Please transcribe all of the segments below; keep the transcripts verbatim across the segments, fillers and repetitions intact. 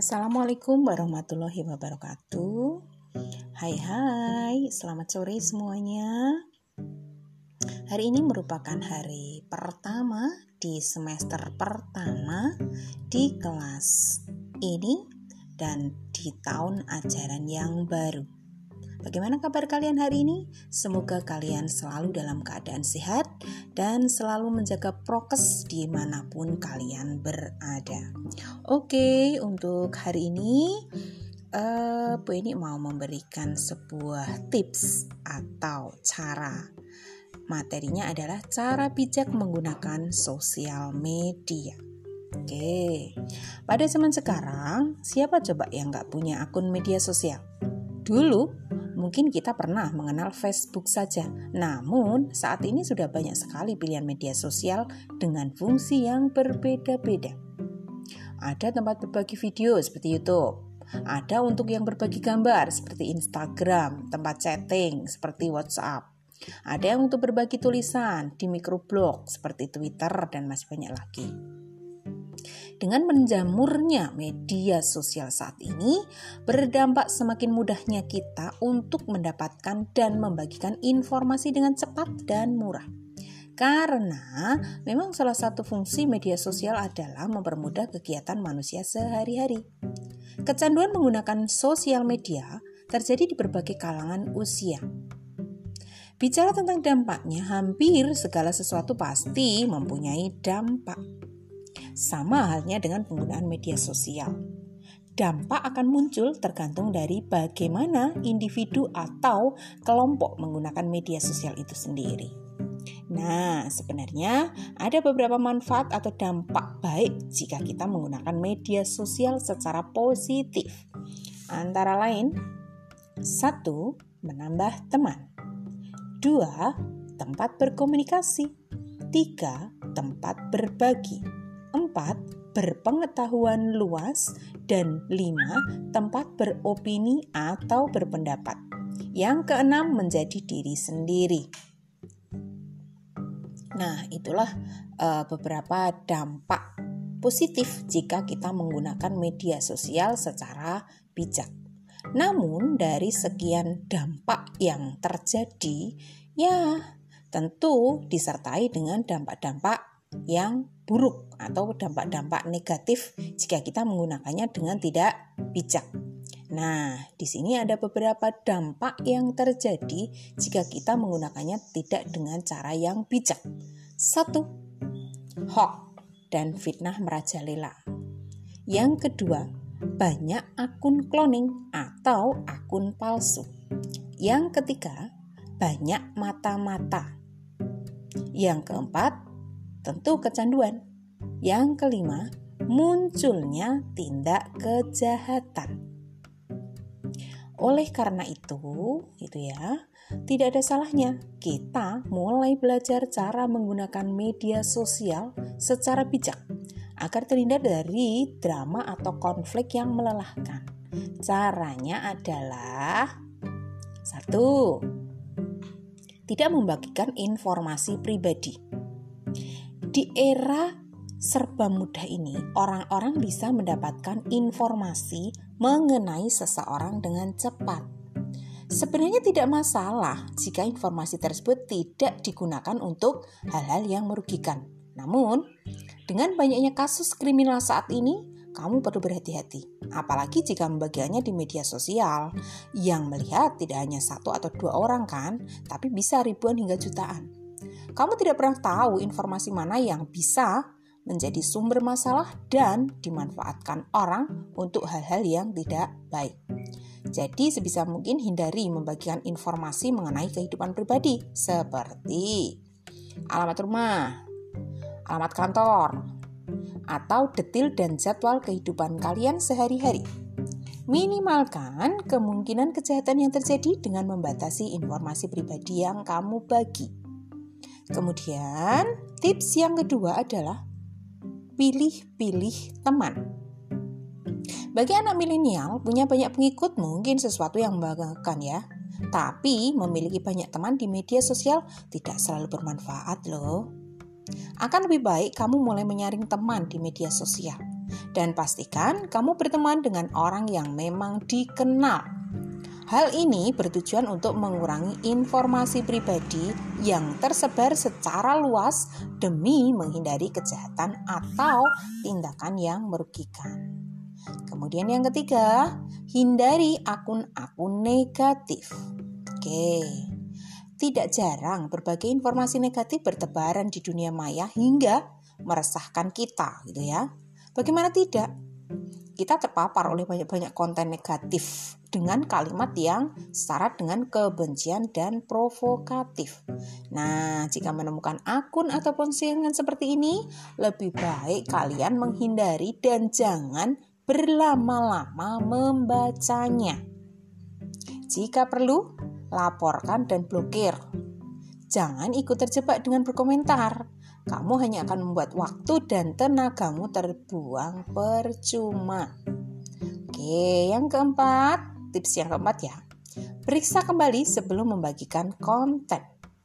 Assalamualaikum warahmatullahi wabarakatuh. Hai hai, selamat sore semuanya. Hari ini merupakan hari pertama di semester pertama di kelas ini dan di tahun ajaran yang baru. Bagaimana kabar kalian hari ini? Semoga kalian selalu dalam keadaan sehat dan selalu menjaga prokes dimanapun kalian berada. Oke, untuk hari ini uh, Bu Eni mau memberikan sebuah tips atau cara. Materinya adalah cara bijak menggunakan sosial media. Oke, pada zaman sekarang siapa coba yang gak punya akun media sosial? Dulu mungkin kita pernah mengenal Facebook saja, namun saat ini sudah banyak sekali pilihan media sosial dengan fungsi yang berbeda-beda. Ada tempat berbagi video seperti YouTube, ada untuk yang berbagi gambar seperti Instagram, tempat chatting seperti WhatsApp, ada yang untuk berbagi tulisan di microblog seperti Twitter dan masih banyak lagi. Dengan menjamurnya media sosial saat ini, berdampak semakin mudahnya kita untuk mendapatkan dan membagikan informasi dengan cepat dan murah. Karena memang salah satu fungsi media sosial adalah mempermudah kegiatan manusia sehari-hari. Kecanduan menggunakan sosial media terjadi di berbagai kalangan usia. Bicara tentang dampaknya, hampir segala sesuatu pasti mempunyai dampak. Sama halnya dengan penggunaan media sosial. Dampak akan muncul tergantung dari bagaimana individu atau kelompok menggunakan media sosial itu sendiri. Nah, sebenarnya ada beberapa manfaat atau dampak baik jika kita menggunakan media sosial secara positif. Antara lain, satu, menambah teman. Dua, tempat berkomunikasi. Tiga, tempat berbagi. Empat, berpengetahuan luas. Dan lima, tempat beropini atau berpendapat. Yang keenam, menjadi diri sendiri. Nah, itulah uh, beberapa dampak positif jika kita menggunakan media sosial secara bijak. Namun, dari sekian dampak yang terjadi, ya tentu disertai dengan dampak-dampak yang buruk atau dampak-dampak negatif jika kita menggunakannya dengan tidak bijak. Nah, di sini ada beberapa dampak yang terjadi jika kita menggunakannya tidak dengan cara yang bijak. Satu, hoax dan fitnah merajalela. Yang kedua, banyak akun cloning atau akun palsu. Yang ketiga, banyak mata-mata. Yang keempat, tentu kecanduan. Yang kelima, munculnya tindak kejahatan. Oleh karena itu, itu ya, tidak ada salahnya kita mulai belajar cara menggunakan media sosial secara bijak agar terhindar dari drama atau konflik yang melelahkan. Caranya adalah satu, tidak membagikan informasi pribadi. Di era serba mudah ini, orang-orang bisa mendapatkan informasi mengenai seseorang dengan cepat. Sebenarnya tidak masalah jika informasi tersebut tidak digunakan untuk hal-hal yang merugikan. Namun, dengan banyaknya kasus kriminal saat ini, kamu perlu berhati-hati. Apalagi jika membagikannya di media sosial, yang melihat tidak hanya satu atau dua orang kan, tapi bisa ribuan hingga jutaan. Kamu tidak pernah tahu informasi mana yang bisa menjadi sumber masalah dan dimanfaatkan orang untuk hal-hal yang tidak baik. Jadi sebisa mungkin hindari membagikan informasi mengenai kehidupan pribadi seperti alamat rumah, alamat kantor, atau detail dan jadwal kehidupan kalian sehari-hari. Minimalkan kemungkinan kejahatan yang terjadi dengan membatasi informasi pribadi yang kamu bagi. Kemudian tips yang kedua adalah pilih-pilih teman. Bagi anak milenial, punya banyak pengikut mungkin sesuatu yang membanggakan ya. Tapi memiliki banyak teman di media sosial tidak selalu bermanfaat loh. Akan lebih baik kamu mulai menyaring teman di media sosial. Dan pastikan kamu berteman dengan orang yang memang dikenal. Hal ini bertujuan untuk mengurangi informasi pribadi yang tersebar secara luas demi menghindari kejahatan atau tindakan yang merugikan. Kemudian yang ketiga, hindari akun-akun negatif. Oke, tidak jarang berbagai informasi negatif bertebaran di dunia maya hingga meresahkan kita, gitu ya. Bagaimana tidak? Kita terpapar oleh banyak-banyak konten negatif dengan kalimat yang syarat dengan kebencian dan provokatif. Nah, jika menemukan akun atau postingan seperti ini, lebih baik kalian menghindari dan jangan berlama-lama membacanya. Jika perlu, laporkan dan blokir. Jangan ikut terjebak dengan berkomentar. Kamu hanya akan membuat waktu dan tenagamu terbuang percuma. Oke, yang keempat, tips yang keempat ya. Periksa kembali sebelum membagikan konten.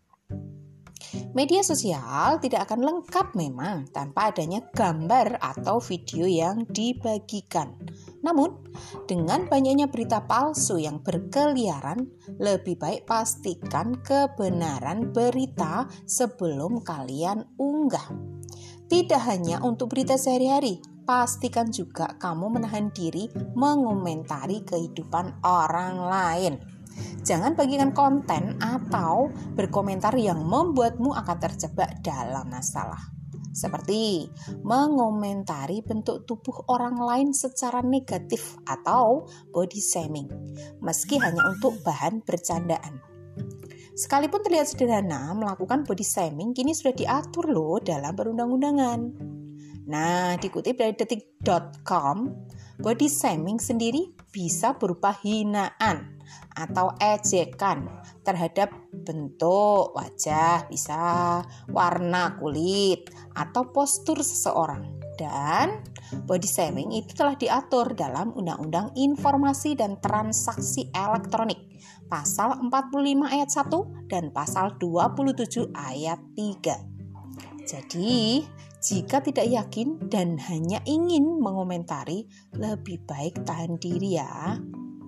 Media sosial tidak akan lengkap memang tanpa adanya gambar atau video yang dibagikan. Namun, dengan banyaknya berita palsu yang berkeliaran, lebih baik pastikan kebenaran berita sebelum kalian unggah. Tidak hanya untuk berita sehari-hari, pastikan juga kamu menahan diri mengomentari kehidupan orang lain. Jangan bagikan konten atau berkomentar yang membuatmu akan terjebak dalam masalah. Seperti mengomentari bentuk tubuh orang lain secara negatif atau body shaming, meski hanya untuk bahan bercandaan. Sekalipun terlihat sederhana, melakukan body shaming kini sudah diatur loh dalam perundang-undangan. Nah, dikutip dari detik dot com, body shaming sendiri bisa berupa hinaan atau ejekan terhadap bentuk wajah, bisa warna kulit, atau postur seseorang. Dan body shaming itu telah diatur dalam Undang-Undang Informasi dan Transaksi Elektronik, pasal empat puluh lima ayat satu dan pasal dua puluh tujuh ayat tiga. Jadi, jika tidak yakin dan hanya ingin mengomentari, lebih baik tahan diri ya.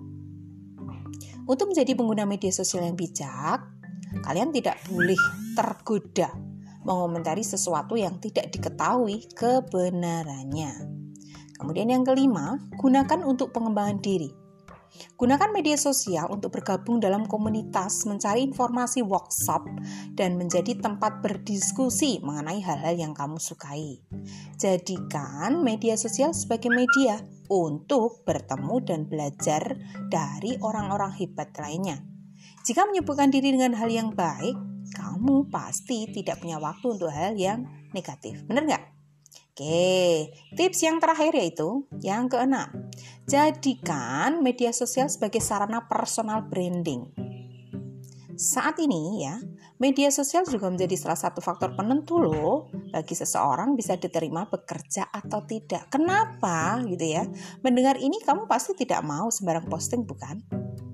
Untuk menjadi pengguna media sosial yang bijak, kalian tidak boleh tergoda mengomentari sesuatu yang tidak diketahui kebenarannya. Kemudian yang kelima, gunakan untuk pengembangan diri. Gunakan media sosial untuk bergabung dalam komunitas, mencari informasi workshop, dan menjadi tempat berdiskusi mengenai hal-hal yang kamu sukai. Jadikan media sosial sebagai media untuk bertemu dan belajar dari orang-orang hebat lainnya. Jika menyibukkan diri dengan hal yang baik, kamu pasti tidak punya waktu untuk hal yang negatif. Benar nggak? Oke, tips yang terakhir yaitu yang keenam. Jadikan media sosial sebagai sarana personal branding. Saat ini ya, media sosial juga menjadi salah satu faktor penentu loh bagi seseorang bisa diterima bekerja atau tidak. Kenapa gitu ya? Mendengar ini kamu pasti tidak mau sembarang posting, bukan?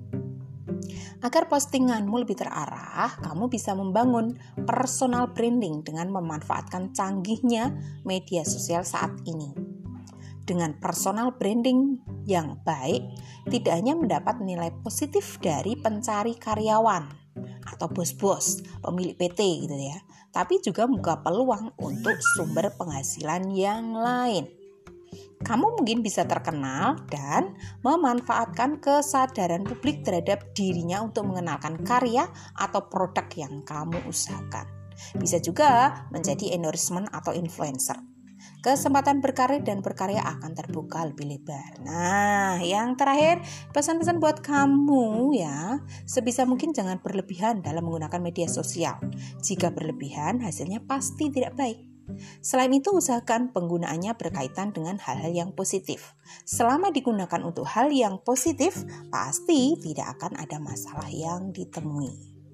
Agar postinganmu lebih terarah, kamu bisa membangun personal branding dengan memanfaatkan canggihnya media sosial saat ini. Dengan personal branding yang baik, tidak hanya mendapat nilai positif dari pencari karyawan atau bos-bos, pemilik P T gitu ya, tapi juga membuka peluang untuk sumber penghasilan yang lain. Kamu mungkin bisa terkenal dan memanfaatkan kesadaran publik terhadap dirinya untuk mengenalkan karya atau produk yang kamu usahakan. Bisa juga menjadi endorsement atau influencer. Kesempatan berkarir dan berkarya akan terbuka lebih lebar. Nah, yang terakhir, pesan-pesan buat kamu ya, sebisa mungkin jangan berlebihan dalam menggunakan media sosial. Jika berlebihan, hasilnya pasti tidak baik. Selain itu, usahakan penggunaannya berkaitan dengan hal-hal yang positif. Selama digunakan untuk hal yang positif, pasti tidak akan ada masalah yang ditemui.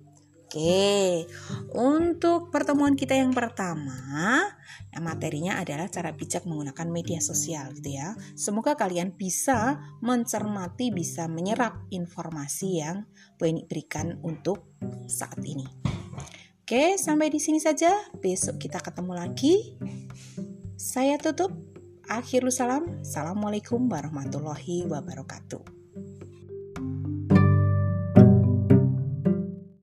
Oke, untuk pertemuan kita yang pertama, materinya adalah cara bijak menggunakan media sosial gitu ya. Semoga kalian bisa mencermati, bisa menyerap informasi yang Bu Eni berikan untuk saat ini. Oke, sampai di sini saja. Besok kita ketemu lagi. Saya tutup. Akhirul salam. Assalamualaikum warahmatullahi wabarakatuh.